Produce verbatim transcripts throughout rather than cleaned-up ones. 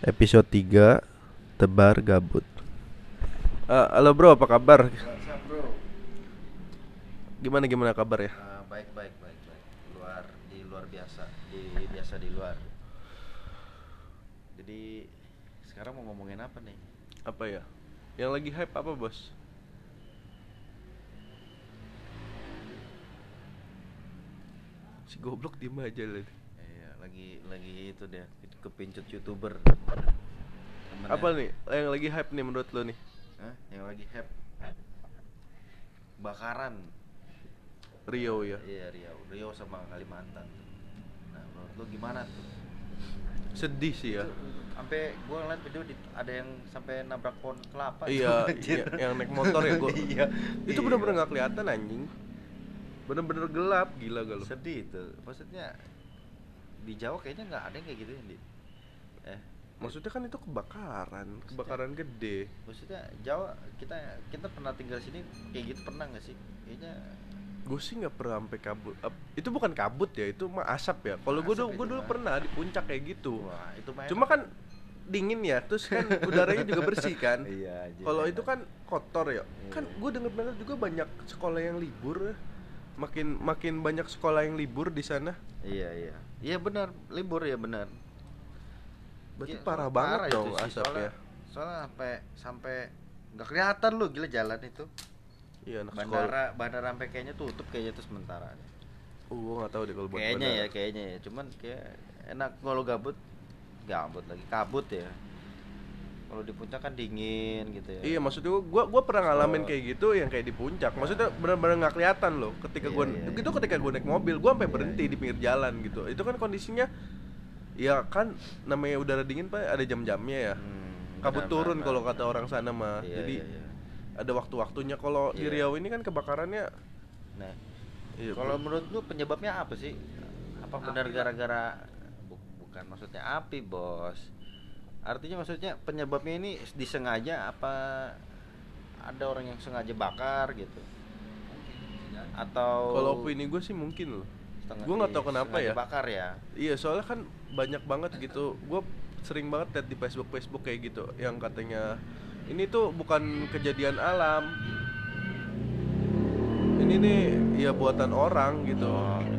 Episode tiga, Tebar Gabut. Eh, halo bro, apa kabar? WhatsApp bro. Gimana gimana kabar ya? Ah, baik baik baik baik. Luar di luar biasa, di biasa di luar. Jadi sekarang mau ngomongin apa nih? Apa ya? Yang lagi hype apa bos? Si goblok diem aja lah. Iya, lagi lagi itu dia kepincut youtuber. Temennya. Apa nih? Yang lagi hype nih menurut lo nih? Hah? Yang lagi hype bakaran. Rio ya. Iya Riau, Riau sama Kalimantan. Nah menurut lu gimana tuh? Sedih sih ya. Sampai gua ngeliat video di, ada yang sampai nabrak pohon kelapa. Iya, tuh, anjir. iya, yang naik motor ya gua. Iya. Itu Iya. bener-bener nggak kelihatan anjing. Bener-bener gelap, gila gak lo? Sedih itu. Maksudnya di Jawa kayaknya nggak ada yang kayak gitu ya, Di. Eh, Maksudnya kan itu kebakaran, kebakaran gede. maksudnya Jawa kita kita pernah tinggal sini kayak gitu pernah nggak sih? Kayaknya Gue sih nggak pernah sampai kabut. Ap- Itu bukan kabut ya, itu mah asap ya. Kalau gue Asap dulu, gue itu dulu mah. pernah di puncak kayak gitu. wah, itu mah Cuma enak. kan dingin ya, terus kan udaranya juga bersih kan. Iya, anjir, Kalau enak. itu kan kotor ya. Kan Iya. gue denger-denger juga banyak sekolah yang libur. Makin makin banyak sekolah yang libur di sana. Iya, iya. Iya benar, libur ya benar. Berarti Iya, parah soalnya banget itu dong sih, asapnya. Soalnya, soalnya sampai sampai nggak kelihatan lu gila jalan itu. Iya, anak sekolah. Bandara bandara sampai kayaknya tutup kayaknya itu sementara. Uh, gue nggak tahu deh kalau buat Kayaknya bandara. ya, kayaknya ya. Cuman kayak enak kalau gabut, gabut lagi kabut ya. Kalau di puncak kan dingin gitu ya. Iya, maksudnya gua gua, gua pernah ngalamin So- kayak gitu yang kayak di puncak. Maksudnya benar-benar nggak kelihatan loh ketika Iya, gua iya, itu iya. ketika gua naik mobil, gua sampai Iya, berhenti iya. di pinggir jalan gitu. Itu kan kondisinya ya kan namanya udara dingin Pak, ada jam-jamnya ya. Hmm, Kabut benar, turun benar, kalau benar. kata orang sana mah. Iya, Jadi iya, iya. ada waktu-waktunya. Kalau di Iya. Riau ini kan kebakarannya Nah, iya, kalau bro. menurut lu penyebabnya apa sih? Apa benar gara-gara bu- bukan maksudnya api, Bos. Artinya maksudnya penyebabnya ini disengaja apa ada orang yang sengaja bakar gitu? Atau Kalau opini gue sih mungkin loh. setengah- Gue nggak iya, tahu kenapa sengaja ya. bakar ya. Iya, soalnya kan banyak banget gitu. Gue sering banget liat di Facebook Facebook kayak gitu yang katanya ini tuh bukan kejadian alam. Ini nih ya buatan orang gitu. Oh, gitu.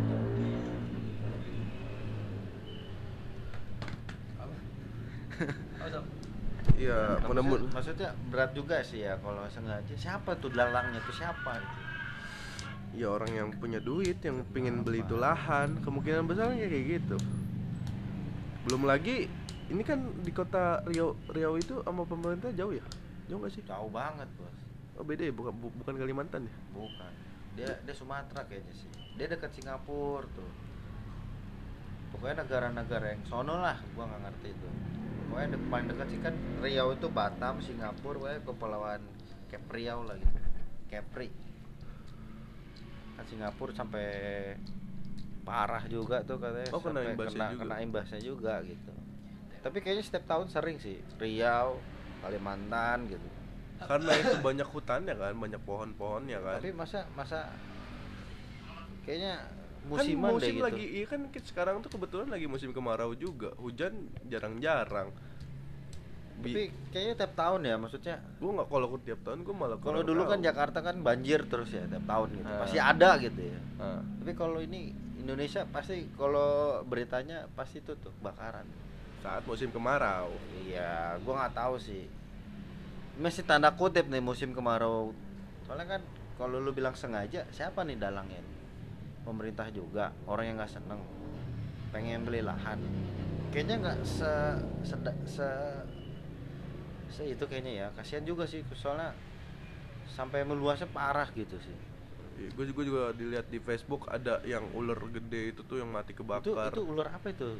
Iya, Nah, mudah-mudahan. maksudnya, maksudnya berat juga sih ya kalau sengaja. Siapa tuh dalangnya tuh siapa gitu? Ya orang yang punya duit, yang pengen beli itu lahan, kemungkinan besarnya kayak gitu. Belum lagi ini kan di kota Riau Riau itu sama pemerintah jauh ya? Jauh gak sih? Jauh banget, Bos. Oh beda ya, bukan bu- bukan Kalimantan ya? Bukan. Dia dia Sumatera kayaknya sih. Dia dekat Singapura tuh. Pokoknya negara-negara yang sono lah, gua nggak ngerti itu. Pokoknya yang paling dekat sih kan Riau itu Batam, Singapura, pokoknya kepulauan Kepri lah gitu. Kepri. Kan Singapura sampai parah juga tuh katanya. Oh, kena sampai imbasnya kena, juga. kena imbasnya juga gitu. Tapi kayaknya setiap tahun sering sih Riau, Kalimantan gitu. Karena itu banyak hutannya kan, banyak pohon-pohonnya kan. Tapi masa masa kayaknya Kan musiman musim deh gitu. lagi, iya kan ki- sekarang tuh kebetulan lagi musim kemarau juga. Hujan jarang-jarang. Tapi kayaknya tiap tahun ya, maksudnya Gue nggak, kalau aku tiap tahun gue malah kalau kurang dulu kan tahu. Jakarta kan banjir terus ya tiap tahun gitu. Ah. Pasti ada gitu ya. Ah. Tapi kalau ini Indonesia pasti kalau beritanya pasti itu tuh bakaran. Saat musim kemarau. Iya, gua nggak tahu sih. Masih tanda kutip nih musim kemarau. Soalnya kan kalau lu bilang sengaja, siapa nih dalangnya? Pemerintah juga, orang yang nggak seneng pengen beli lahan. Kayaknya nggak se, se, se se itu kayaknya ya. Kasihan juga sih soalnya sampai meluasnya parah gitu sih. Gue juga juga dilihat di Facebook ada yang ular gede itu tuh yang mati Itu kebakar. itu ular apa itu?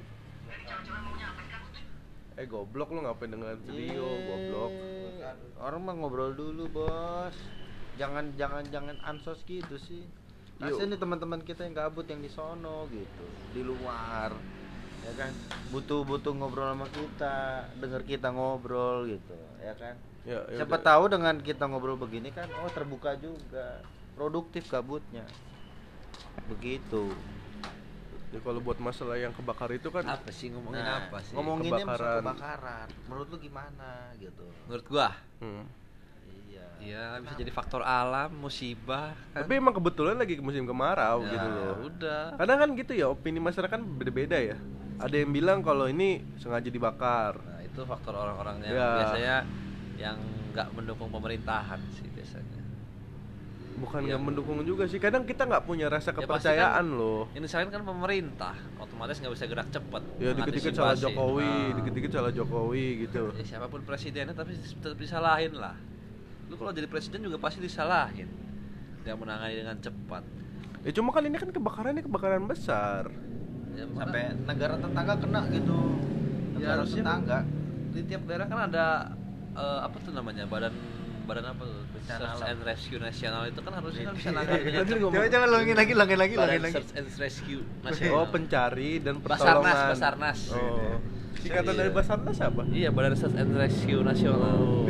Eh goblok lu ngapain dengan video, goblok. Eh, Orang mah ngobrol dulu, Bos. Jangan jangan jangan ansos gitu sih. Kasian Yuk. nih teman-teman kita yang gabut yang di sono gitu, di luar. Ya kan? Butuh-butuh ngobrol sama kita, denger kita ngobrol gitu, ya kan? Ya, ya Siapa udah. tahu dengan kita ngobrol begini kan, oh terbuka juga, produktif gabutnya. Begitu. Ya kalau buat masalah yang kebakar itu kan Apa sih ngomongin Nah, apa sih? ngomonginnya masalah Kebakaran. kebakaran. Menurut lu gimana gitu? Menurut gua, hmm. Iya. iya bisa jadi faktor alam, musibah kan. Tapi emang kebetulan lagi musim kemarau Ya, gitu loh. udah. Kadang kan gitu ya, opini masyarakat beda-beda ya. Ada yang bilang kalau ini sengaja dibakar. Nah, itu faktor orang-orang yang Ya. biasanya yang nggak mendukung pemerintahan sih biasanya. Bukan Iya. nggak mendukung juga sih. Kadang kita nggak punya rasa Ya, pasti kepercayaan kan loh. Yang disalahin kan pemerintah, otomatis nggak bisa gerak cepat. Ya dikit-dikit salah mengantisipasi. Jokowi, Ah. dikit-dikit salah Jokowi gitu. Ya, siapapun presidennya tapi tetap disalahin lah. Lu kalau jadi presiden juga pasti disalahin. Nggak menangani dengan cepat. Ya cuma kan ini kan kebakarannya kebakaran besar. Ya, Sampai negara tetangga kena gitu. Ya, Negara harusnya tetangga. di tiap daerah kan ada eh, apa tuh namanya badan badan apa tuh Bencana Search alam. and Rescue nasional itu kan harusnya kan bisa nangani dengan Tadi cepat. ngomong- Coba coba ulangin lagi, ulangin lagi, Badan ulangin lagi. Search and Rescue nasional. Oh, pencari dan Basarnas, pertolongan. Basarnas. Oh. Singkatan Iya. dari Basarnas apa? Iya, Badan Search and Rescue nasional. Oh.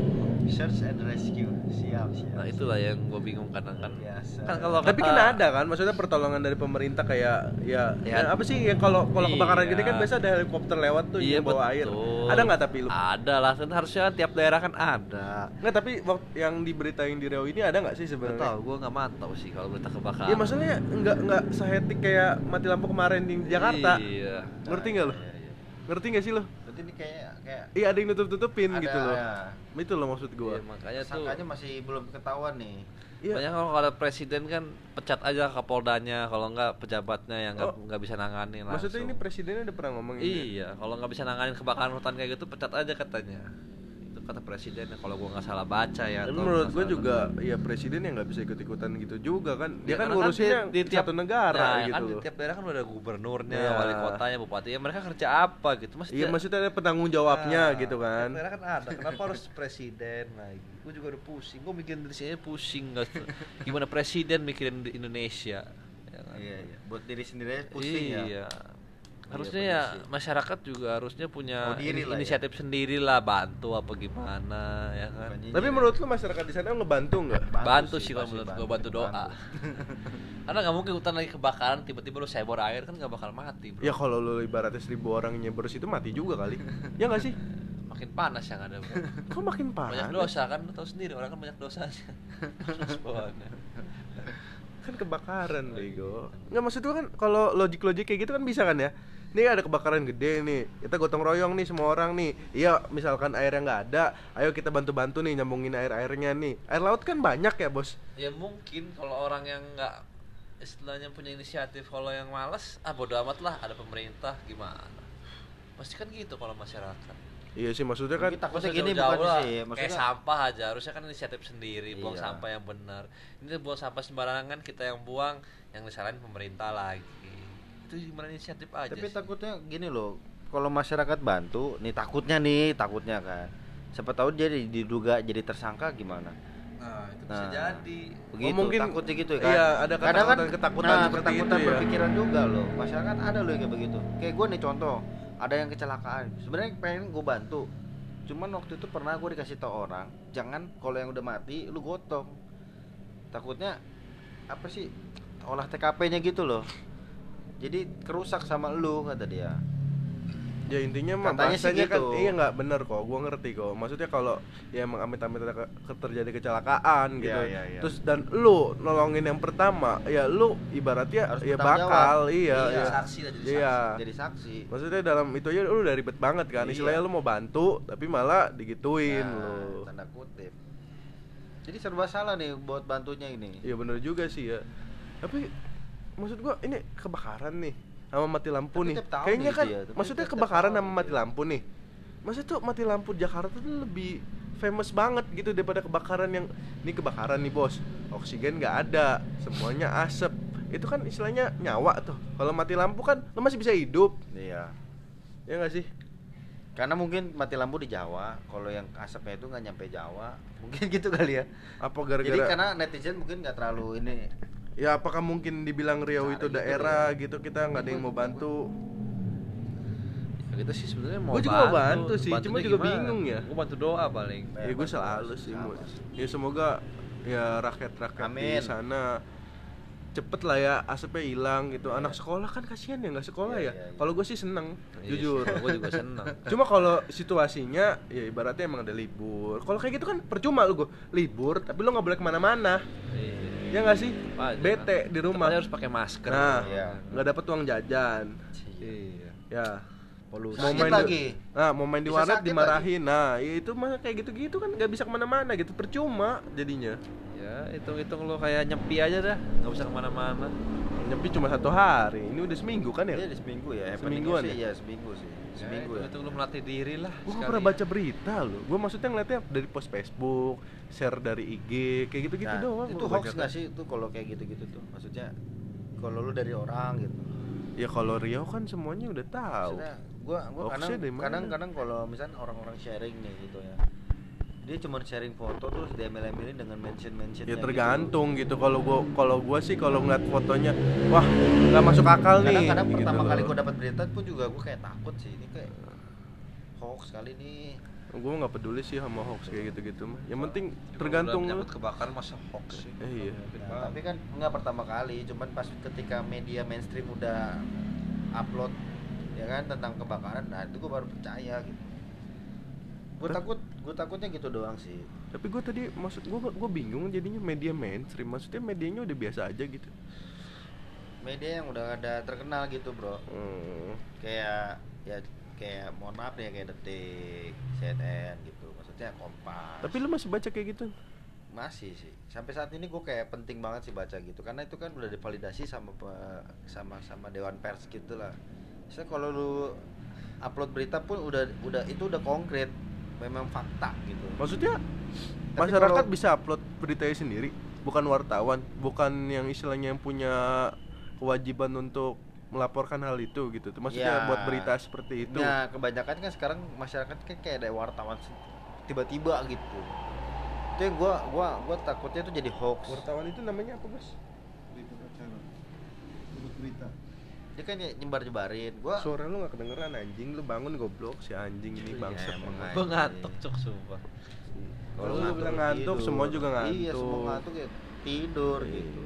Search and rescue. Siap, siap. Nah, itulah yang gue bingung kadang kan. Biasa. Kan kalau Tapi kata- kan ada kan, maksudnya pertolongan dari pemerintah kayak ya, Ya. ya apa sih yang kalau kalau Iya. kebakaran gini kan biasa ada helikopter lewat tuh Iya, yang bawa air. betul. Ada nggak tapi lu? Ada lah, kan harusnya tiap daerah kan ada. Nggak, tapi waktu yang diberitain di Riau ini ada nggak sih Gak sebenarnya? tau, gue nggak mantau sih kalau berita kebakaran. Iya maksudnya nggak nggak sehetik kayak mati lampu kemarin di Jakarta. Iya. Ngerti nggak lo? Iya, iya. Ngerti nggak sih lo? Berarti ini kayak kayak Iya ada yang nutup-tutupin ada, gitu loh. ya. Itu loh maksud gua. Iya, makanya tuh Sangkanya masih belum ketahuan nih. Iya. banyak kalau ada presiden kan pecat aja Kapoldanya, kalau nggak pejabatnya yang nggak Oh. nggak bisa nanganin langsung. Maksudnya ini presidennya udah pernah ngomong ini. Iya, kalau nggak bisa nanganin kebakaran hutan kayak gitu pecat aja katanya. Itu kata presidennya kalau gua nggak salah baca ya. Tapi atau menurut nggak gue salah juga ya presiden yang nggak bisa ikut-ikutan gitu juga kan. Dia Ya, kan karena ngurusinnya di, di tiap satu negara nah, gitu kan di loh. tiap daerah kan udah ada gubernurnya, Iya. wali kotanya, bupati. Ya mereka kerja apa gitu? Mas Iya maksudnya ada penanggung jawabnya Nah, gitu kan. tiap daerah kan ada. Kenapa harus presiden lagi? Gue juga udah pusing. Gue mikirin diri sendiri pusing nggak tuh. Gimana presiden mikirin di Indonesia? Ya kan? Iya, iya. Buat diri sendiri aja pusing ya. Iya. Harusnya Iya, ya kondisi. masyarakat juga harusnya punya Tahu diri ini- lah ya. inisiatif sendiri lah, bantu apa gimana ya kan. Bukan Tapi nyinyir. menurut lu masyarakat di sana ngebantu nggak? Bantu sih kalau pasti menurut gue, bantu doa. bantu. Karena nggak mungkin hutan lagi kebakaran tiba-tiba lu sebor air kan nggak bakal mati, bro. Ya kalau lu ibaratnya seribu orang nyebur situ mati juga kali. Ya nggak sih? Makin panas yang ada, bro. Kok makin Banyak parah? dosa kan, lu tahu sendiri orang kan banyak dosanya. Panas bawaannya. Kan kebakaran bego. Nggak maksud gua kan kalau logik-logik kayak gitu kan bisa kan ya. Nih ada kebakaran gede nih, kita gotong royong nih semua orang nih. Iya, misalkan airnya nggak ada, ayo kita bantu-bantu nih nyambungin air-airnya nih. Air laut kan banyak ya bos. Ya mungkin kalau orang yang nggak istilahnya punya inisiatif, kalau yang malas ah bodo amat lah, ada pemerintah gimana. Pasti kan gitu kalau masyarakat. Iya sih maksudnya kan. Tapi takutnya Maksudnya gini jauh-jauh bukan lah, sih, kayak maksudnya sampah aja harusnya kan inisiatif sendiri, buang Iya. sampah yang benar. Ini buang sampah sembarangan kita yang buang, yang disalahin pemerintah lagi. Itu gimana inisiatif aja tapi sih. takutnya gini loh, kalau masyarakat bantu, nih takutnya nih, takutnya kan. Siapa tahu jadi diduga jadi tersangka gimana? Nah, itu bisa Nah. jadi. Begitu, mungkin- takutnya gitu ya kan. iya, ada Kadang ketakutan-ketakutan nah, seperti ketakutan itu ya. berpikiran juga loh. Masyarakat ada loh yang kayak begitu. Kayak gue nih contoh, ada yang kecelakaan. Sebenarnya pengen gue bantu. Cuman waktu itu pernah gue dikasih tau orang, jangan kalau yang udah mati lu gotong. Takutnya apa sih? Olah T K P-nya gitu loh. Jadi kerusak sama lu kata dia. Ya intinya mah Katanya sih bahasanya kan gitu. iya nggak bener kok, gua ngerti kok. Maksudnya kalau ya emang amit-amit ada ke- ke- terjadi kecelakaan gitu. Iya, iya, iya. Terus dan lu nolongin yang pertama, ya lu ibaratnya Harus ya bertanggung bakal jawab. iya. Iya. iya. Saksi lah, jadi Iya. Jadi saksi. Maksudnya dalam itu aja lu udah ribet banget kan. Iya. Istilahnya lu mau bantu tapi malah digituin lu. Tanda kutip. Jadi serba salah nih buat bantunya ini. Iya bener juga sih ya. Tapi maksud gua ini kebakaran nih sama mati lampu Tapi nih. tiap tahun Kayaknya gitu kan ya, tapi maksudnya tiap- tiap kebakaran tahun sama gitu mati ya. lampu nih. Maksudnya tuh mati lampu Jakarta tuh lebih famous banget gitu daripada kebakaran yang ini kebakaran nih bos. Oksigen nggak ada, semuanya asap. Itu kan istilahnya nyawa tuh. Kalau mati lampu kan lo masih bisa hidup. Iya. Ya nggak sih? Karena mungkin mati lampu di Jawa, kalau yang asapnya itu nggak nyampe Jawa, mungkin gitu kali ya. Apa Jadi gara-gara karena netizen mungkin nggak terlalu ini. ya apakah mungkin dibilang Riau Cari itu gitu daerah ya. gitu kita nggak ada yang mau bantu. Ya gitu sih sebenarnya mau Gua juga mau bantu sih, cuma juga bingung ya. Gue bantu doa paling. Eh, Ya gue bantu selalu doa sih sama mau. sih. Ya semoga ya rakyat-rakyat di Amin. sana cepet lah ya asapnya hilang gitu. Iya. Anak sekolah kan kasihan ya nggak sekolah Iya, ya. iya, iya. Kalau gue sih seneng, Iya jujur. sih, gue juga seneng. Cuma kalau situasinya ya ibaratnya emang ada libur. Kalau kayak gitu kan percuma lu gue libur, tapi lu nggak boleh kemana-mana. Iya. Ya nggak sih? Apa aja, Bete kan? di rumah. Tetapnya harus pakai masker. Nah, Iya. nggak dapet uang jajan. Iya. Ya. Polusi. Mau Sakit main lagi. Di, nah, mau main di Bisa warnet sakit dimarahin. Nah, ya itu mah kayak gitu-gitu kan nggak bisa kemana-mana gitu, percuma jadinya. Ya, hitung-hitung lo kayak nyepi aja dah, nggak bisa kemana-mana. Nyepi cuma satu hari. Ini udah seminggu kan ya? Iya, di seminggu ya. Semingguan Happeningnya sih ya? ya seminggu sih. Seminggu ya. Itu lo melatih diri lah. Gue sekali. pernah baca berita loh. Gue maksudnya ngeliatnya dari post Facebook, share dari I G, kayak gitu-gitu Nah, doang. itu gua hoax baca. nggak sih itu kalau kayak gitu-gitu tuh? Maksudnya kalau lu dari orang gitu. Ya kalau Riau kan semuanya udah tahu. Maksudnya gua gua Hoaxnya kadang dari mana? kadang-kadang kalau misalnya orang-orang sharing nih gitu ya. Dia cuma sharing foto terus di M L M ini dengan mention-mention Ya tergantung gitu. Kalau gua kalau gua sih kalau ngeliat fotonya, wah nggak masuk akal nih. Kadang-kadang gitu pertama loh. kali gua dapat berita pun juga gua kayak takut sih. Ini kayak hoax kali nih. Gue nggak peduli sih sama hoax kayak gitu-gitu mah. Yang penting Kalau tergantung udah lu. menyangkut kebakaran masa hoax sih. Eh, iya. Nah, tapi kan nggak pertama kali, cuman pas ketika media mainstream udah upload ya kan tentang kebakaran, nah itu gua baru percaya gitu. Gue Tapi- takut, gue takutnya gitu doang sih. Tapi gue tadi maksud gue gue bingung jadinya media mainstream. Maksudnya medianya udah biasa aja gitu. Media yang udah ada terkenal gitu bro, Hmm. kayak ya kayak mohon maaf nih kayak Detik, C N N gitu, maksudnya Kompas. Tapi lu masih baca kayak gitu? Masih sih, sampai saat ini gue kayak penting banget sih baca gitu, karena itu kan udah divalidasi sama pe- sama sama Dewan Pers gitu lah. Misalnya kalau lu upload berita pun udah udah itu udah konkret, memang fakta gitu. Maksudnya Tapi masyarakat kalau- bisa upload beritanya sendiri, bukan wartawan, bukan yang istilahnya yang punya kewajiban untuk melaporkan hal itu gitu. Maksudnya Ya. buat berita seperti itu. Nah, kebanyakan kan sekarang masyarakat kan kayak ada wartawan se- tiba-tiba gitu. Itu yang gua gua gua takutnya itu jadi hoax. Wartawan itu namanya apa, Bos? berita acara urut berita Dia kan ya nyebar-nyebarin. Gua Suara lu gak kedengeran anjing, lu bangun goblok si anjing ini Iya, bangsat. emang emang. Gue ngantuk cuk sumpah. Kalau lu bilang ngantuk, tidur. semua juga ngantuk. Iya, semua ngantuk ya tidur Iya. gitu.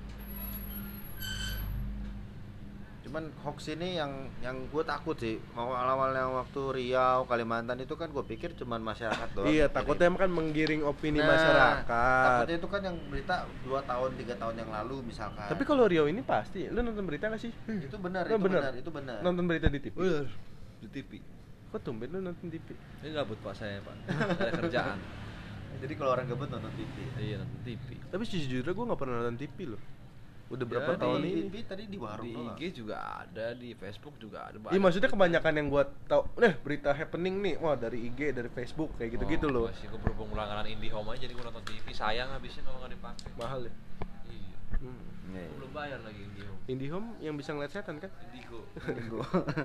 Cuman hoax ini yang yang gue takut sih. Mau awal-awal yang waktu Riau, Kalimantan itu kan gue pikir cuman masyarakat doang. Iya, yang takutnya kirim. kan menggiring opini Nah, masyarakat. Takutnya itu kan yang berita dua tahun, tiga tahun yang lalu misalkan. Tapi kalau Riau ini pasti, lu nonton berita gak sih? itu benar, Nah, itu benar. benar, itu benar. Nonton berita di T V? Bener, di T V. Kok tumben lu nonton T V? Ini gabut pak saya pak, ada kerjaan. Jadi kalau orang gabut nonton T V. Iya nonton T V. Tapi sejujurnya gue gak pernah nonton T V loh. Udah Ya, berapa di tahun Di ini? T V tadi di warung Di I doang. G juga ada, di Facebook juga ada. Iya, maksudnya kebanyakan yang gua tahu, eh berita happening nih, wah dari I G, dari Facebook kayak gitu-gitu loh. Masih gue berhubung langganan IndiHome aja, jadi gue nonton T V. Sayang habisnya kalau nggak dipakai. Mahal ya. Iya. Hmm. Iya, Gua belum bayar lagi IndiHome. IndiHome yang bisa ngeliat setan kan? Indigo. Minggu.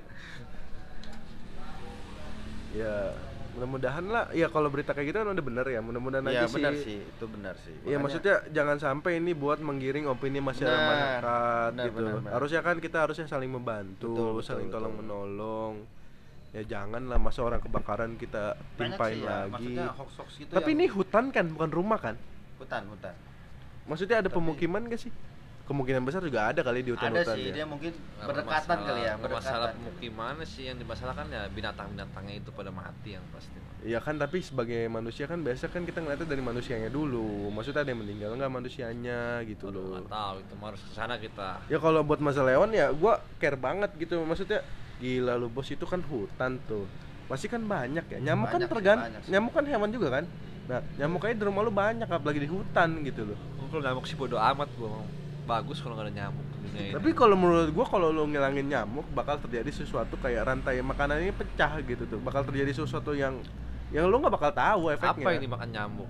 Ya, mudah-mudahan lah. Ya kalau berita kayak gitu kan udah bener ya, mudah-mudahan Iya aja benar sih. sih, itu benar sih. Iya, Makanya- maksudnya jangan sampai ini buat menggiring opini masyarakat Benar, benar, gitu. benar, benar. Harusnya kan kita harusnya saling membantu, Betul, betul, saling betul. tolong menolong. Ya jangan lah masa orang kebakaran kita banyak timpain sih ya, lagi. maksudnya hoax-hoax gitu. Tapi yang- ini hutan kan, bukan rumah kan? hutan, hutan. Maksudnya ada Tapi- pemukiman gak sih? Kemungkinan besar juga ada kali di Ada hutan-hutan sih, ya. dia mungkin Nggak berdekatan bermasalah- kali ya, nggak masalah berdekatan. pemukiman sih, yang dimasalahkan ya binatang-binatangnya itu pada mati yang pasti. Iya kan, tapi sebagai manusia kan biasa kan kita ngeliatnya dari manusianya dulu. Maksudnya ada yang meninggal nggak manusianya gitu Aduh, loh. nggak tahu itu mah harus kesana kita. Ya kalau buat masalah hewan ya gua care banget gitu. Maksudnya gila lu bos, itu kan hutan tuh. Masih kan banyak ya. Nyamuk kan Banyak sih, tergan. banyak sih. Nyamuk kan hewan juga kan. Nah, nyamuk aja di rumah lu banyak apalagi di hutan gitu loh. Gua kalau nyamuk sih bodo amat gua mau. Bagus kalau nggak ada nyamuk di dunia ini. Tapi kalau menurut gua kalau lu ngilangin nyamuk bakal terjadi sesuatu kayak rantai makanan ini pecah gitu tuh. Bakal terjadi sesuatu yang yang lu nggak bakal tahu efeknya. apa yang dimakan nyamuk?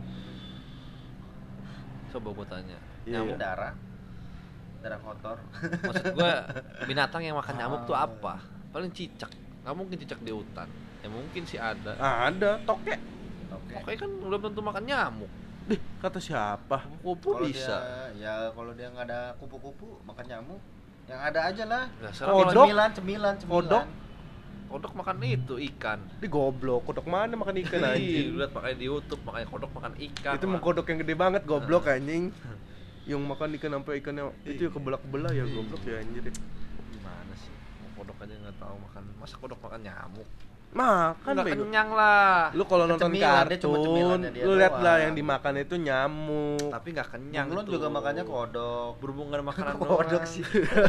Coba gua tanya. Iya. Nyamuk darah. Darah kotor. Maksud gua binatang yang makan nyamuk tuh apa? Paling cicak. Nggak mungkin cicak di hutan. Ya mungkin sih ada. Ah, ada toke. Oke. Oke kan udah tentu makan nyamuk. Dih, kata siapa? Kupu Kalau bisa. dia, ya kalau dia nggak ada kupu-kupu makan nyamuk, yang ada aja lah. Nah, Kodok. sekarang Cemilan, cemilan, cemilan. Kodok. kodok makan itu ikan. Di goblok, kodok mana makan ikan Iya, anjing? lihat pakai di YouTube makanya kodok makan ikan. Itu Wah. mengkodok yang gede banget goblok anjing. yang makan ikan sampai ikannya itu ya kebelah-kebelah ya goblok ya anjir deh. Gimana sih? Kodok aja nggak tahu makan. Masa kodok makan nyamuk? Makan Nggak bego. kenyang lah. Lu kalau nonton Cemilan, dia cuma kartun, cemilannya dia lu lihat lah doang. yang dimakan itu nyamuk. Tapi nggak kenyang. Bunglon tuh. juga makannya kodok. Berhubungan makanan Kodok doang. sih.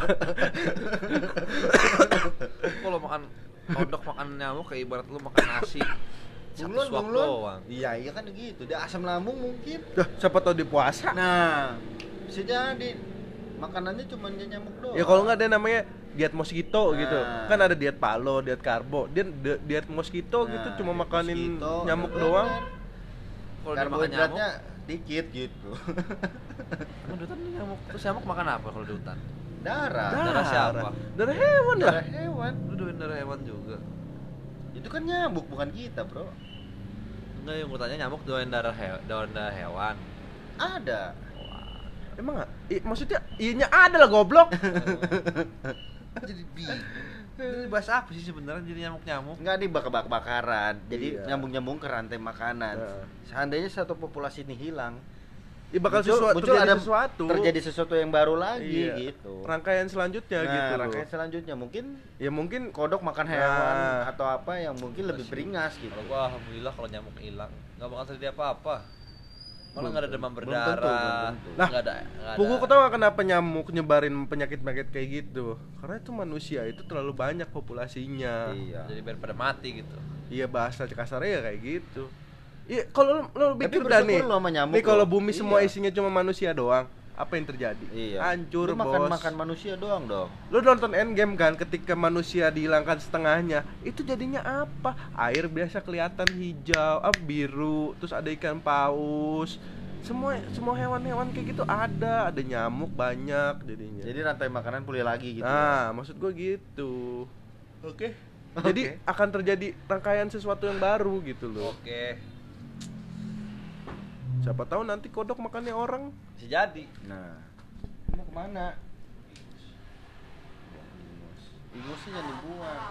Kalau makan kodok makan nyamuk kayak ibarat lu makan nasi. Satu Bunglon, suap bunglon. doang. Iya, iya kan gitu. Dia asam lambung mungkin. Dah, siapa tahu di puasa. Nah, bisa jadi makanannya cuma nyamuk doang. Ya kalau nggak ada namanya diet mosquito Nah. gitu. Kan ada diet palo, diet karbo. Dia di- diet mosquito Nah, gitu cuma diet makanin mosquito, nyamuk bener. doang. Kalau dia makan nyamuk, Karbohidratnya dikit gitu. emang di hutan nih nyamuk. Terus nyamuk makan apa kalau di hutan? Darah. Darah siapa? Darah hewan lah. Darah hewan. Lu doain darah hewan juga. Itu kan nyamuk bukan kita, Bro. Enggak, yang gue tanya nyamuk doain darah he doain darah hewan. Ada. Wah, Emang nggak? I- maksudnya ianya ada lah goblok. jadi bingung. Ini bahas apa sih sebenarnya jadi nyamuk-nyamuk? Enggak nih bakar-bakaran. Jadi Iya. nyambung-nyambung ke rantai makanan. Nah. Seandainya satu populasi ini hilang, Ya bakal muncul, sesuatu muncul terjadi ada sesuatu. terjadi sesuatu yang baru lagi Iya. gitu. Rangkaian selanjutnya Nah, gitu. loh. rangkaian selanjutnya mungkin Ya mungkin kodok makan hewan Nah. atau apa yang mungkin lebih beringas gitu. Kalau gua alhamdulillah kalau nyamuk hilang, nggak bakal terjadi apa-apa. Malah nggak ada demam Belum tentu, berdarah. belum tentu. Nah, nggak ada. nggak ada. Pugu kau tahu nggak kenapa nyamuk nyebarin penyakit-penyakit kayak gitu? Karena itu manusia itu terlalu banyak populasinya. Iya. Jadi biar pada mati gitu. Iya bahasa kasarnya ya kayak gitu. Iya kalau lo, lo Tapi pikir dah nih, bersyukur lo sama nyamuk nih kalau lo. bumi semua Iya. isinya cuma manusia doang, apa yang terjadi? Iya. Hancur Lu makan bos. makan manusia doang dong. Lo nonton Endgame kan, ketika manusia dihilangkan setengahnya, itu jadinya apa? Air biasa kelihatan hijau, ah, biru, terus ada ikan paus. Semua semua hewan-hewan kayak gitu ada, ada nyamuk banyak jadinya. Jadi rantai makanan pulih lagi gitu. Nah, maksud gue gitu. Oke. Jadi Oke. akan terjadi rangkaian sesuatu yang baru gitu loh. Oke. Siapa tahu nanti kodok makannya orang. Bisa jadi. Nah, mau kemana? Ingus. Ingusnya jangan dibuang.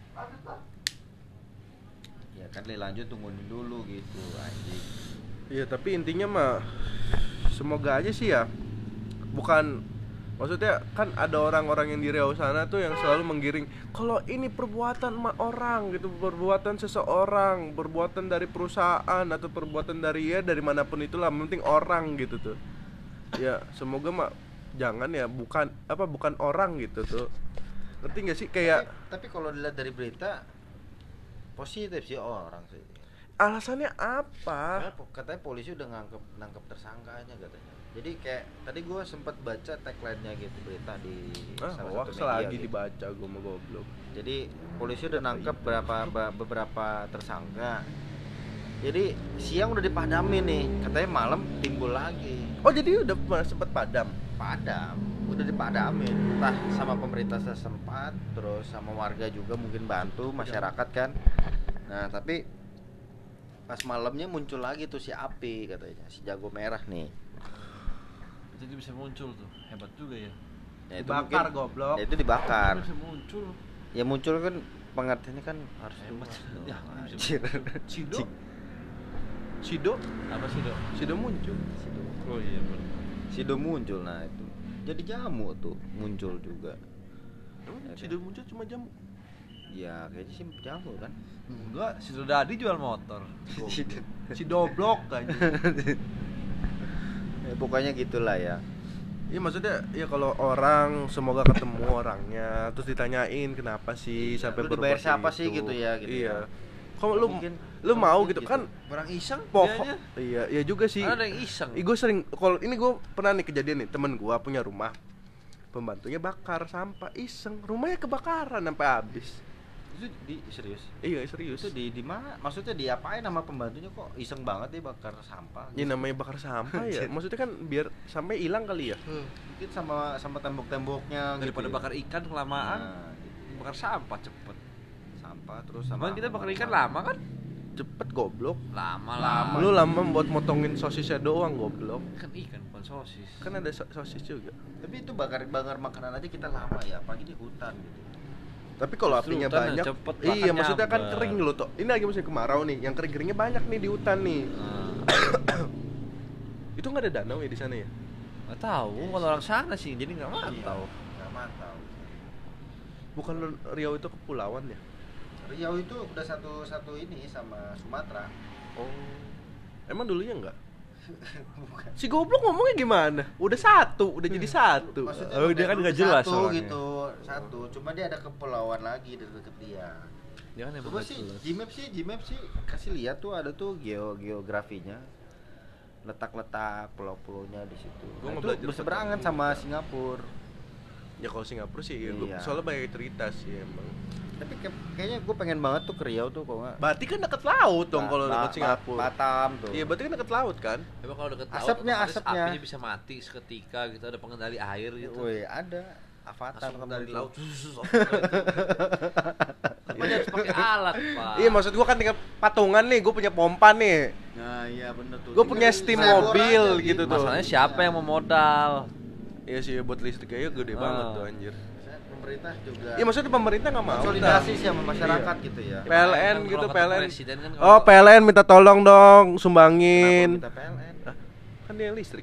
Ya kan Le, lanjut tungguin dulu gitu anjing. Iya, tapi intinya mah semoga aja sih ya. Bukan maksudnya kan ada orang-orang yang di Riau sana tuh yang selalu menggiring kalau ini perbuatan ma- orang gitu, perbuatan seseorang, perbuatan dari perusahaan atau perbuatan dari ya dari manapun itulah, yang penting orang gitu tuh. Ya, semoga mah jangan ya, bukan apa bukan orang gitu tuh. Ngerti gak sih kayak Tapi, tapi kalau dilihat dari berita positif sih orang sih. alasannya apa? Karena po- katanya polisi udah ngangkep nangkep tersangkanya katanya. Jadi kayak tadi gue sempat baca tagline-nya gitu berita di Ah, salah hoax satu media lagi gitu. dibaca gue mau goblok. Jadi polisi udah nangkep beberapa ba- beberapa tersangka. Jadi siang udah dipadamin nih, katanya malam timbul lagi. Oh, jadi udah pernah sempet padam. Padam, udah dipadamin. Entah sama pemerintah setempat, terus sama warga juga mungkin bantu masyarakat kan. Nah, tapi pas malamnya muncul lagi tuh si api katanya, si jago merah nih. Jadi bisa muncul tuh. Hebat juga ya. Ya, Dibakar, mungkin- goblok. Ya, itu dibakar. Bisa muncul. Ya muncul kan pengertiannya kan harus Hebat. luas dong. Ya, Anjir. Cido. Cik. Sido, Apa sih, Dok? Sido muncul. Sido. Oh iya benar. Sido muncul, nah itu jadi jamu tuh muncul juga. Emang Ya, Sido muncul cuma jamu. Ya kayaknya sih jamu kan. Enggak, si Dodi jual motor. Sido. Sidoblok aja. Ya, pokoknya gitulah ya. Iya maksudnya ya kalau orang semoga ketemu orangnya terus ditanyain kenapa sih Iya, sampai lu dibayar berbuat siapa kayak sih gitu ya, gitu iya. ya. Kalau lu Mungkin- lu mau mungkin gitu, gitu. kan Orang iseng pohon. dianya. Iya, iya juga sih. Ada yang iseng. Ih, gue sering kalau ini gue pernah nih kejadian nih, temen gue punya rumah. Pembantunya bakar sampah iseng, rumahnya kebakaran sampai habis. Itu di serius. Iya, serius. Itu di di mana? Maksudnya diapain sama pembantunya kok iseng banget dia bakar sampah? Ya namanya bakar sampah ya. Maksudnya kan biar sampai hilang kali ya. Mungkin sama sama tembok-temboknya Daripada gitu ya. bakar ikan kelamaan, Nah, gitu. bakar sampah cepet. Sampah terus sama Cuman kita bakar ikan lama kan? Cepet goblok. Lama Lama. lah. Lu lama buat motongin sosisnya doang goblok. Kan ikan bukan sosis. Kan ada so- sosis juga. Tapi itu bakar-bakar makanan aja kita lama ya, apalagi di hutan gitu. Tapi kalau Justru apinya hutan banyak, cepet, iya makan maksudnya kan nyamber. kering loh toh. Ini lagi musim kemarau nih, yang kering-keringnya banyak nih di hutan nih. Nah, Itu nggak ada danau ya di sana ya? Nggak tahu, kalau orang sana sih, jadi nggak mantau. Nggak mantau. Bukan Riau itu kepulauan ya? Riau itu udah satu satu ini sama Sumatera. Oh. Emang dulunya enggak? Bukan. Si goblok ngomongnya gimana? Udah satu, udah jadi satu. Maksudnya Oh, dia kan bukan nggak jelas satu orangnya. gitu, satu. Cuma dia ada kepulauan lagi di deket dia. Dia kan emang Coba nggak sih, jelas. Gmap sih, Gmap sih kasih lihat tuh ada tuh geo geografinya. Letak-letak pulau-pulaunya di situ. Gua Nah, mau itu belajar berseberangan tentang sama juga. Singapura. Ya kalau Singapura sih, ya, gua- Iya. soalnya banyak cerita sih emang. Tapi ke- kayaknya gue pengen banget tuh ke Riau tuh kalau nggak. Berarti kan deket laut dong Ba- kalau Ba- deket Ba- Singapura. Batam tuh. Iya, berarti kan deket laut kan? Emang kalau deket laut, Asapnya, otomatis asapnya. apinya bisa mati seketika gitu, ada pengendali air gitu. Woi, ada Avatar Langsung sama dari itu. laut. Tapi dia harus pakai alat, Pak. Iya, maksud gua kan tinggal patungan nih, gua punya pompa nih. Nah, iya bener tuh. Gua punya steam Tinggal mobil aja gitu tuh. Masalahnya siapa yang mau modal? Iya sih, buat listrik aja gede Ah. banget tuh anjir. Pemerintah juga. Iya, maksudnya pemerintah nggak mau. konsolidasi sih sama Iya. masyarakat gitu ya. P L N Kan gitu, kalau P L kata N. presiden kan Oh, P L N minta tolong dong, Kenapa sumbangin. minta P L N? Hah? Kan dia yang listrik.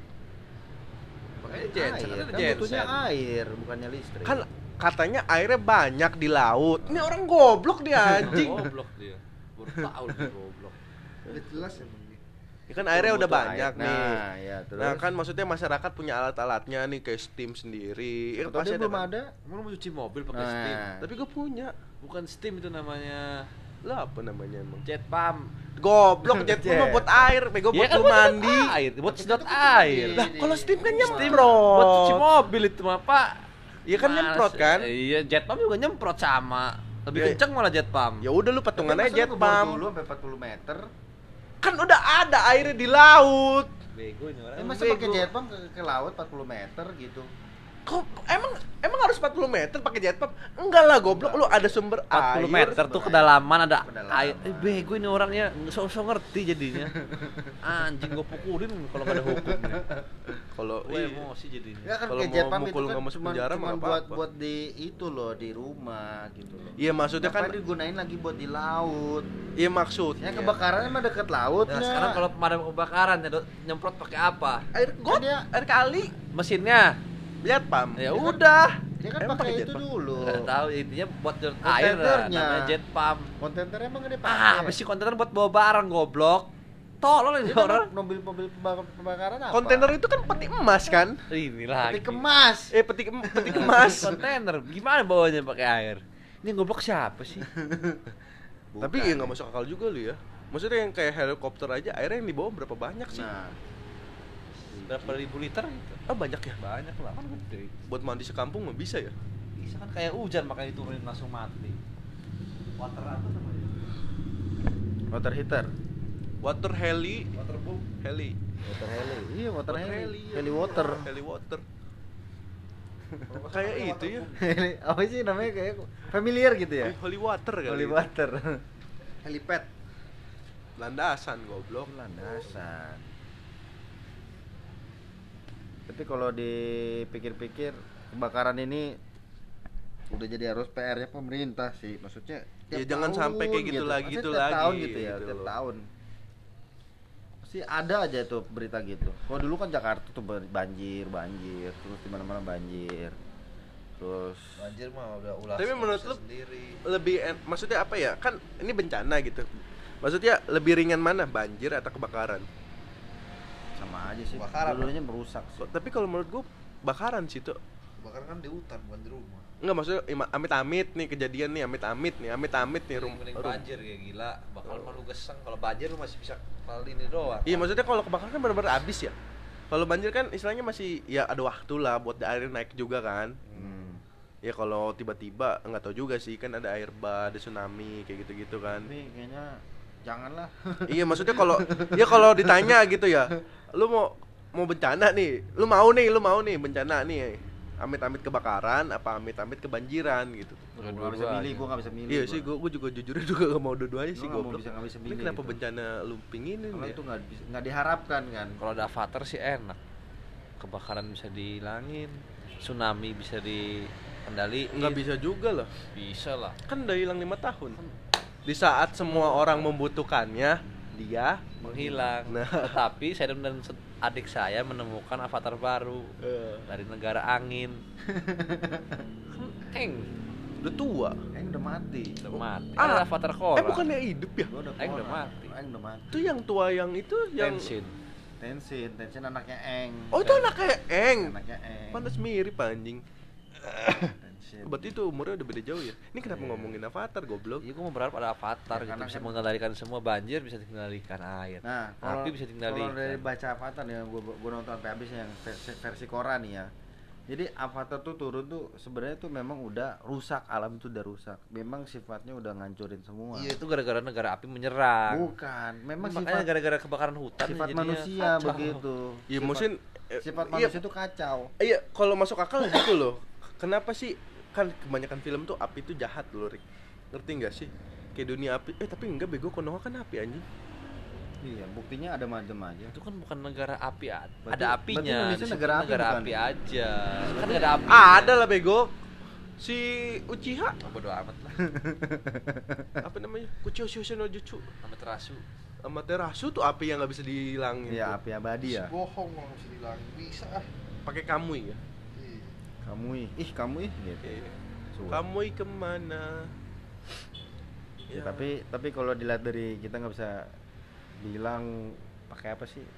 Makanya genset, Air, ada kan genset. butuhnya air, bukannya listrik. Kan katanya airnya banyak di laut. Ini orang goblok dia anjing. Goblok dia. Baru tahu dia goblok. Udah jelas emang nih. Ya kan airnya udah Butuh banyak air. nih. Nah, ya terus. Nah, kan maksudnya masyarakat punya alat-alatnya nih kayak steam sendiri. Ya, Atau pasti dia belum kan? ada. Emang lu mau cuci mobil pakai Nah. steam? Tapi gue punya. Bukan steam itu namanya, Lah apa namanya emang? jet pump. Goblok, jet Jet. pump buat air, bego buat Ya kan lu buat mandi. air, buat Tapi sedot itu kan air. di- Lah, kalau steam kan Steam nyemprot. buat cuci mobil itu mah, Pak. Iya kan Mas, nyemprot kan? Iya, jet pump juga nyemprot sama. Lebih Ya. kenceng malah jet pump. Ya udah lu Tapi patungan aja masa jet lu ngebor pump. dulu sampai empat puluh meter. Kan udah ada airnya di laut. Bego ini orang. Eh, masa bego. pakai jet pump ke, ke laut empat puluh meter gitu. Kok emang emang harus empat puluh meter pakai jet pump? Enggak lah goblok, lu ada sumber empat puluh air. meter tuh sumber kedalaman ada Kedalaman. air. Eh bego ini orangnya so-so ngerti jadinya. Anjing gua pukulin kalau gak ada hukum nih. Kalau Gua iya. emosi jadinya. Ya kan Kalau kayak jet mau pump itu mukul kan nggak masuk cuman, penjara cuman mah buat apa-apa. buat di itu loh di rumah gitu loh. Iya maksudnya kan Ngapain digunain lagi buat di laut. iya maksudnya Ya kebakaran emang deket lautnya. Nah, sekarang kalau pemadam kebakaran nyedot nyemprot pakai apa? air got, dia- air kali, Mesinnya. jet pump. Ya kan- udah. dia kan Emang pakai pakai itu jet pump? dulu. Nggak tahu intinya buat nyedot air lah, Kontainernya. namanya jet pump. Kontainer emang gede pakai. Ah, apa sih kontainer buat bawa barang goblok? Tolong ini Ini orang. mobil-mobil pemba- pembakaran apa? Kontainer itu kan peti emas kan? Ini lagi. Peti kemas. Eh peti em- peti emas. Kontainer. Gimana bawanya pakai air? Ini goblok siapa sih? Tapi ya nggak masuk akal juga lu ya. Maksudnya yang kayak helikopter aja airnya yang dibawa berapa banyak sih? Nah, Berapa ribu liter gitu? Ah banyak ya. Banyak lah, kan gede. Buat mandi sekampung mah bisa ya? Bisa kan kayak hujan makanya diturunin langsung mati. Water apa namanya? water heater. Water heli, Waterboom. heli, Water heli. Iya, water, Water heli. heli, Heli, ya. water. heli water. Kayak itu ya. Heli apa sih namanya kayak familiar gitu ya? Holy water kali. Holy itu. water. Helipad. Landasan goblok. Landasan. Tapi kalau dipikir-pikir kebakaran ini udah jadi harus P R-nya pemerintah sih. Maksudnya Ya, tiap jangan tahun sampai kayak gitu lagi, Maksudnya gitu tiap lagi, tahun gitu ya, gitu tiap loh. tahun. Pasti ada aja tuh berita gitu. Kalau dulu kan Jakarta tuh ber- banjir, banjir, terus di mana-mana banjir. Terus Banjir mah udah ulah. Tapi menurut lu sendiri. lebih en- maksudnya apa ya? Kan ini bencana gitu. Maksudnya lebih ringan mana? Banjir atau kebakaran? sama aja sih. Kebakaran, Dua-duanya merusak sih. Kok- Tapi kalau menurut gua bakaran sih tuh. Kebakaran kan di hutan bukan di rumah. Enggak maksudnya ima- amit-amit nih kejadian nih, amit-amit nih, amit-amit nih rum. Mending rum- banjir kayak gila. Bakal malu geseng. Kalau banjir lu masih bisa kali ini doang. Iya maksudnya kalau kebakaran kan benar-benar habis ya. Kalau banjir kan istilahnya masih ya ada waktu lah buat air naik juga kan. Hmm. Ya kalau tiba-tiba nggak tahu juga sih kan ada air bah, ada tsunami kayak gitu-gitu kan. Tapi kayaknya janganlah. Iya maksudnya kalau ya kalau ditanya gitu ya, lu mau mau bencana nih, lu mau nih, lu mau nih bencana nih, amit-amit kebakaran, apa amit-amit kebanjiran gitu. Gua nggak bisa milih, gua nggak bisa milih. Iya sih, gua, gua juga jujur juga gak mau dua-duanya Gua sih nggak mau goblok. bisa- nggak bisa Ini milih kenapa gitu. bencana lu pinginin Kalau ya? itu nggak bisa- nggak diharapkan kan. Kalau ada avatar sih enak. Kebakaran bisa dihilangin, tsunami bisa dikendaliin. Nggak bisa juga lah. Bisa lah. Kan udah hilang lima tahun. Di saat semua orang membutuhkannya, dia Menghilang. Nah. Tetapi saya dan adik saya menemukan avatar baru dari negara angin. Kan Eng Udah tua. Aing udah mati. udah mati. Ah, Ada avatar Korra. Eh bukannya hidup ya? Gua udah Aing udah Korra. mati. Aing udah mati. Itu yang tua yang itu yang Tenshin. Tenshin, Tenshin anaknya Eng. Oh itu anaknya Eng. Anaknya Eng. Pantas mirip anjing. Tenshin. Berarti itu umurnya udah beda jauh ya. Ini kenapa Iya. ngomongin avatar goblok? Iya, gue mau berharap ada avatar Ya, gitu karena bisa kan- mengendalikan semua, banjir bisa dikendalikan, air. Nah, kalau api bisa kalau dikendalikan. dari baca Avatar ya, gua gua nonton sampai habis yang versi, versi Korra nih ya. Jadi Avatar tuh turun tuh sebenarnya tuh memang udah rusak, alam itu udah rusak. Memang sifatnya udah ngancurin semua. Iya, itu gara-gara negara api menyerang. Bukan, memang Makanya sifat gara-gara kebakaran hutan sifat jadinya manusia kacau. begitu. Iya Sifat- mungkin eh, sifat iya, manusia itu kacau. Iya, kalau masuk akal gitu loh. Kenapa sih kan kebanyakan film tuh api itu jahat loh, Rick. Ngerti nggak sih? Kayak dunia api. Eh tapi enggak bego, Konoha kan api anjing. Iya, buktinya ada macam aja. Itu kan bukan negara api, ad- Berarti- ada berarti apinya. Indonesia Di situ negara api negara bukan? api aja. Kan nggak ada api. Ah, ada lah bego. Si Uchiha Oh, bodo amat lah. apa namanya? Kuchou no Jutsu. Nama terasu. Amaterasu tuh api yang nggak bisa dihilangin. Iya, tuh. api abadi ya. Bohong kalau bisa bilang bisa ah. Pakai kamui ya. Iya. Kamu ih, ih kamu ih gitu. Iya. Suara. Kamui kemana? Ya, tapi tapi kalau dilihat dari kita nggak bisa bilang pakai apa sih?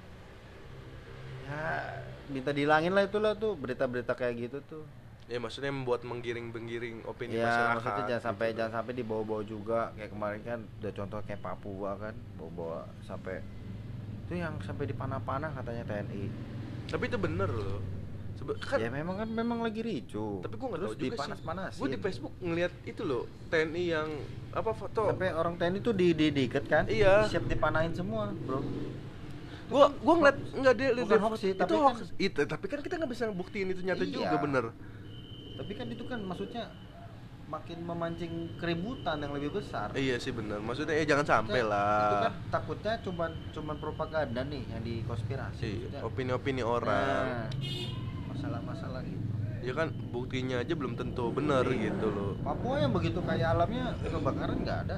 Ya, minta dihilangin lah itulah tuh berita-berita kayak gitu tuh. Ya maksudnya membuat menggiring-menggiring opini Ya masyarakat. maksudnya jangan sampai gitu. jangan sampai dibawa-bawa juga kayak kemarin kan udah contoh kayak Papua kan bawa-bawa sampai itu yang sampai dipanah-panah katanya T N I. Tapi itu bener loh. Sebe- kan Ya memang kan memang lagi ricu. tapi gue nggak tahu Terus juga sih. dipanas-panasin. Gue di Facebook ngeliat itu loh T N I yang apa foto. Sampai orang T N I tuh di di diikat kan? Iya. Siap dipanahin semua, Bro. Gue gue ngeliat nggak dia Bukan dia- hoax sih, itu tapi hoax. kan- Itu tapi kan kita nggak bisa buktiin itu nyata Iya. juga bener. Tapi kan itu kan maksudnya makin memancing keributan yang lebih besar. Iya sih bener. Maksudnya ya jangan sampai Itu lah. kan takutnya cuman cuman propaganda nih yang dikonspirasi. Iya, Maksudnya, opini-opini orang. nah, masalah-masalah gitu. Ya kan buktinya aja belum tentu bener Iya. gitu loh. Papua yang begitu kaya alamnya kebakaran nggak ada.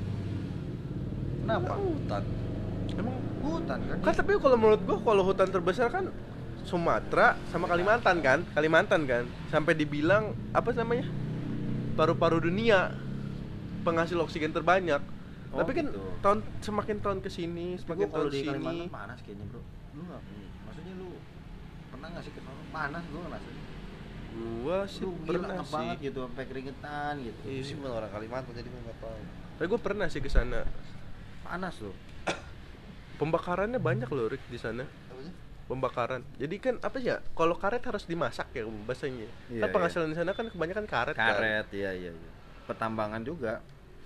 Kenapa? Hutan. Emang Hutan kan? kan tapi kalau menurut gua kalau hutan terbesar kan Sumatera sama Kalimantan kan, Kalimantan kan, sampai dibilang apa namanya paru-paru dunia, penghasil oksigen terbanyak. Oh, Tapi kan gitu. tahun semakin tahun kesini, Tapi semakin gua kalau tahun di sini, Kalimantan panas kayaknya, Bro. Lu nggak? Maksudnya lu pernah nggak sih ke sana? Panas gua ngerasa. gua sih Lu gila pernah nggak sih. banget gitu sampai keringetan gitu. Iya. Sih bukan orang Kalimantan jadi gue nggak tahu. Tapi gua pernah sih ke sana. Panas loh. Pembakarannya banyak loh Rick di sana. Apanya? Pembakaran. Jadi kan apa ya? Kalau karet harus dimasak ya bahasanya. Iya, Kan penghasilan di sana kan kebanyakan karet. kan. Karet, iya iya iya. Pertambangan juga.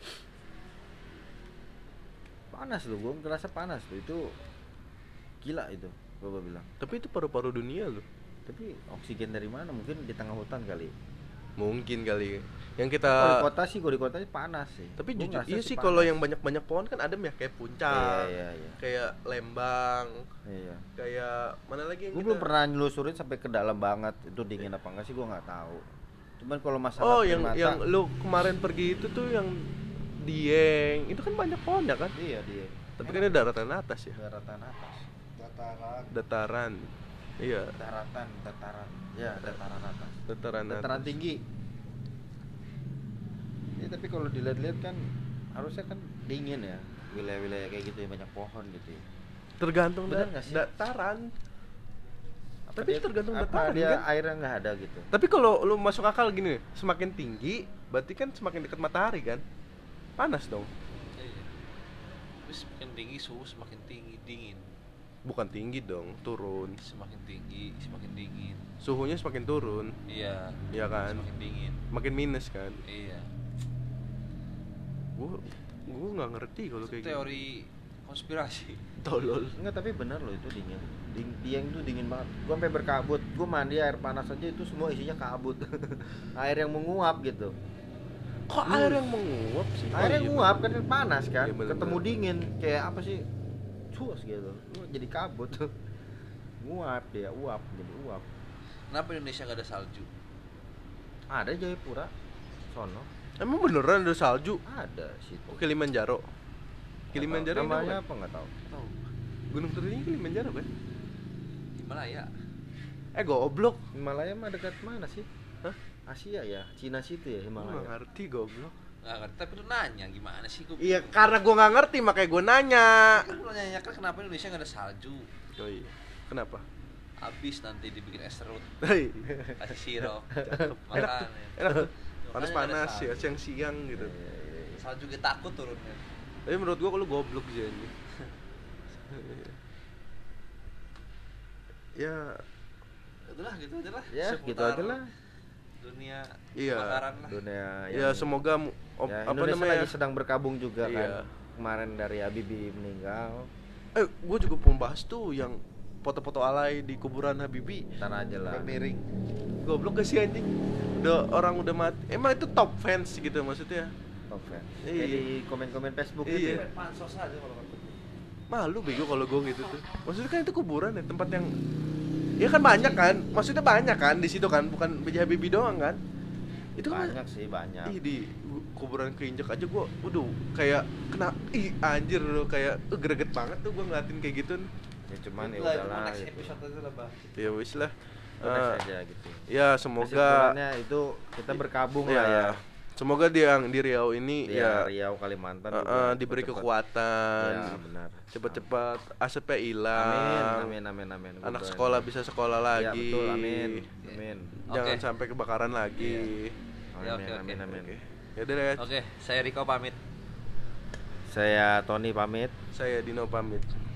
Panas loh, gua ngerasa panas loh. Itu gila itu, gua, gua bilang. Tapi itu paru-paru dunia loh. Tapi oksigen dari mana? Mungkin di tengah hutan kali. Mungkin kali. Yang Kalau di kita kota sih, gua di kota sih panas sih. Tapi Gua jujur ngerasa iya sih panas. kalau yang banyak-banyak pohon kan adem ya kayak puncak. Iya iya iya. Kayak Lembang, Iya. kayak mana lagi yang Gue kita- belum pernah nyelusurin sampai ke dalam banget itu dingin apa enggak sih gue nggak tahu. Cuman kalau masalah Oh, yang primata- yang lu kemarin pergi itu tuh yang Dieng. Itu kan banyak pohon ya kan? iya dia. Tapi kan ini daratan atas ya. Daratan atas, Dataran. Dataran. Iya, daratan, dataran, ya dataran atas, dataran dataran atas. tinggi. Ya tapi kalau dilihat-lihat kan harusnya kan dingin ya wilayah-wilayah kayak gitu ya banyak pohon gitu. Ya. Tergantung Bener da- nggak sih? dataran. Apa Tapi dia- itu tergantung apa dataran, dia kan? airnya nggak ada gitu. Tapi kalau lu masuk akal gini, semakin tinggi berarti kan semakin dekat matahari kan? Panas dong. Iya. Tapi semakin tinggi suhu semakin tinggi dingin. Bukan tinggi dong, turun. Semakin tinggi semakin dingin. Suhunya semakin turun, Iya. iya kan? Semakin dingin. Makin minus kan? Iya. Gua gua nggak ngerti kalau Itu kayak gitu. teori konspirasi. Tolol. Enggak tapi bener loh itu dingin. Ding, Dieng tuh dingin banget. Gua sampai berkabut. Gua mandi air panas aja itu semua isinya kabut. Air yang menguap gitu. Kok air yang menguap sih? Air Oh, yang iya, menguap kan bener. panas kan. Iya, bener, Ketemu bener. dingin kayak apa sih? Cus gitu. Lu jadi kabut. Nguap dia, uap jadi uap. Kenapa Indonesia nggak ada salju? Ada Jayapura. Sono. Emang beneran ada salju? Ada situ. Oh, Kilimanjaro. Kilimanjaro namanya namanya apa enggak tahu. Tahu. Gunung tertinggi Kilimanjaro kan? Himalaya. Eh goblok. Himalaya mah dekat mana sih? Hah? Asia ya, Cina situ ya Gua Himalaya. nggak ngerti goblok. Nggak ngerti, tapi lu nanya gimana sih gua. Iya karena gua nggak ngerti makanya gua nanya. Kan lu nanya kan kenapa Indonesia nggak ada salju? Oh iya. Kenapa? Habis nanti dibikin es serut, Hei. kasih sirup. Enak tuh. Makan. Enak tuh. Makanya Panas-panas ada ya salju. siang-siang gitu. Salju kita takut turunnya. Tapi menurut gua kalau goblok sih anjing. Ya Itulah gitu aja lah. Ya, gitu Seputar aja lah. Dunia Iya. kebakaran lah. Dunia ya semoga mu- op- ya, apa Indonesia namanya? lagi sedang berkabung juga Iya. kan. Kemarin dari Habibie meninggal. Eh, gua juga mau bahas tuh yang foto-foto alay di kuburan Habibie. Ntar aja lah. miring. Goblok gak sih anjing? Udah orang udah mati. Emang itu top fans gitu maksudnya? Top fan. Iya. Kayak di komen-komen Facebook Iya. gitu ya. Pansos aja kalau kata. Malu bego kalau gue gitu tuh. Maksudnya kan itu kuburan ya, tempat yang ya kan banyak kan. Maksudnya banyak kan di situ kan, bukan B J Habibie doang kan. Itu kan Banyak sih, banyak. ih di kuburan keinjek aja gua waduh kayak kena ih anjir loh kayak uh, greget banget tuh gua ngeliatin kayak gitu. Ya cuman ya Itulah, itu udahlah next gitu. episode aja lah, Bang. Ya wis lah. Itu next Eh, aja gitu. ya semoga Kesimpulannya itu kita berkabung ya, lah ya. semoga di yang di Riau ini Di ya Riau Kalimantan eh, juga eh, diberi cepet-cepet. kekuatan. Ya, benar. Cepet-cepet asapnya hilang. Amin, amin, amin, amin. Gua Anak doain. sekolah bisa sekolah lagi. Ya betul, amin. Amin. Jangan Oke. sampai kebakaran lagi. Ya, Amin, oke, amin, oke. amin. Oke. Yaudah ya. Oke, saya Riko pamit. Saya Tony pamit. Saya Dino pamit.